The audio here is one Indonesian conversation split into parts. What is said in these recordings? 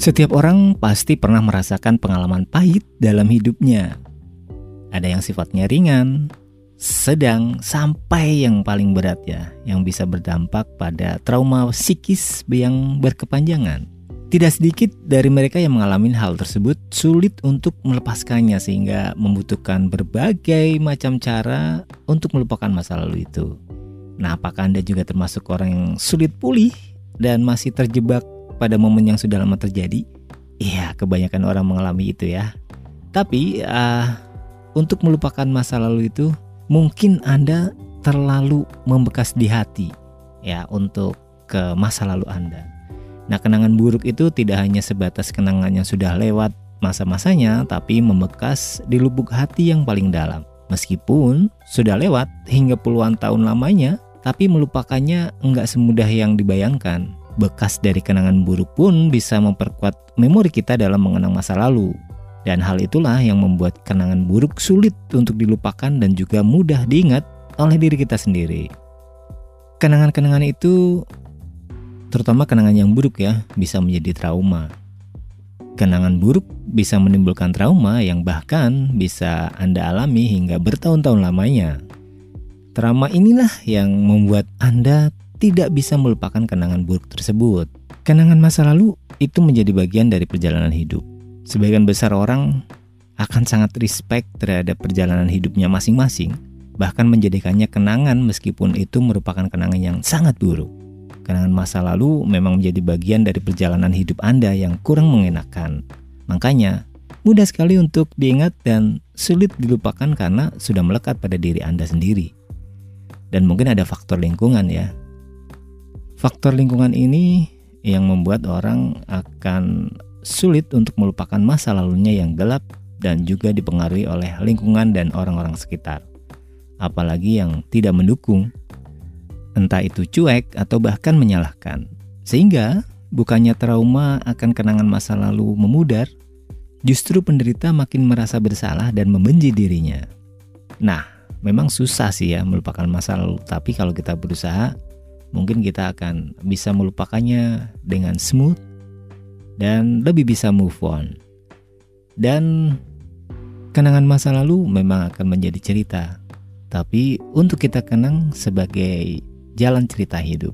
Setiap orang pasti pernah merasakan pengalaman pahit dalam hidupnya. Ada yang sifatnya ringan, sedang, sampai yang paling berat ya, yang bisa berdampak pada trauma psikis yang berkepanjangan. Tidak sedikit dari mereka yang mengalami hal tersebut sulit untuk melepaskannya sehingga membutuhkan berbagai macam cara untuk melupakan masa lalu itu. Nah, apakah Anda juga termasuk orang yang sulit pulih dan masih terjebak pada momen yang sudah lama terjadi? Iya, kebanyakan orang mengalami itu ya. Tapi untuk melupakan masa lalu itu mungkin Anda terlalu membekas di hati ya untuk ke masa lalu Anda. Nah, kenangan buruk itu tidak hanya sebatas kenangan yang sudah lewat masa-masanya, tapi membekas di lubuk hati yang paling dalam. Meskipun sudah lewat hingga puluhan tahun lamanya, tapi melupakannya enggak semudah yang dibayangkan. Bekas dari kenangan buruk pun bisa memperkuat memori kita dalam mengenang masa lalu. Dan hal itulah yang membuat kenangan buruk sulit untuk dilupakan dan juga mudah diingat oleh diri kita sendiri. Kenangan-kenangan itu, terutama kenangan yang buruk ya, bisa menjadi trauma. Kenangan buruk bisa menimbulkan trauma yang bahkan bisa Anda alami hingga bertahun-tahun lamanya. Trauma inilah yang membuat Anda tidak bisa melupakan kenangan buruk tersebut. Kenangan masa lalu itu menjadi bagian dari perjalanan hidup. Sebagian besar orang akan sangat respect terhadap perjalanan hidupnya masing-masing, bahkan menjadikannya kenangan meskipun itu merupakan kenangan yang sangat buruk. Kenangan masa lalu memang menjadi bagian dari perjalanan hidup Anda yang kurang mengenakan. Makanya, mudah sekali untuk diingat dan sulit dilupakan karena sudah melekat pada diri Anda sendiri. Dan mungkin ada faktor lingkungan ya. Faktor lingkungan ini yang membuat orang akan sulit untuk melupakan masa lalunya yang gelap dan juga dipengaruhi oleh lingkungan dan orang-orang sekitar. Apalagi yang tidak mendukung, entah itu cuek atau bahkan menyalahkan. Sehingga bukannya trauma akan kenangan masa lalu memudar, justru penderita makin merasa bersalah dan membenci dirinya. Nah, memang susah sih ya melupakan masa lalu, tapi kalau kita berusaha, mungkin kita akan bisa melupakannya dengan smooth dan lebih bisa move on. Dan kenangan masa lalu memang akan menjadi cerita, tapi untuk kita kenang sebagai jalan cerita hidup.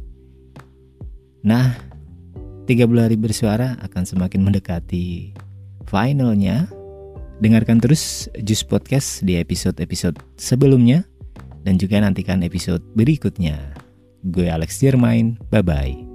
Nah, 30 hari bersuara akan semakin mendekati finalnya. Dengarkan terus Jus Podcast di episode-episode sebelumnya dan juga nantikan episode berikutnya. Gue Alex Jermain, bye-bye.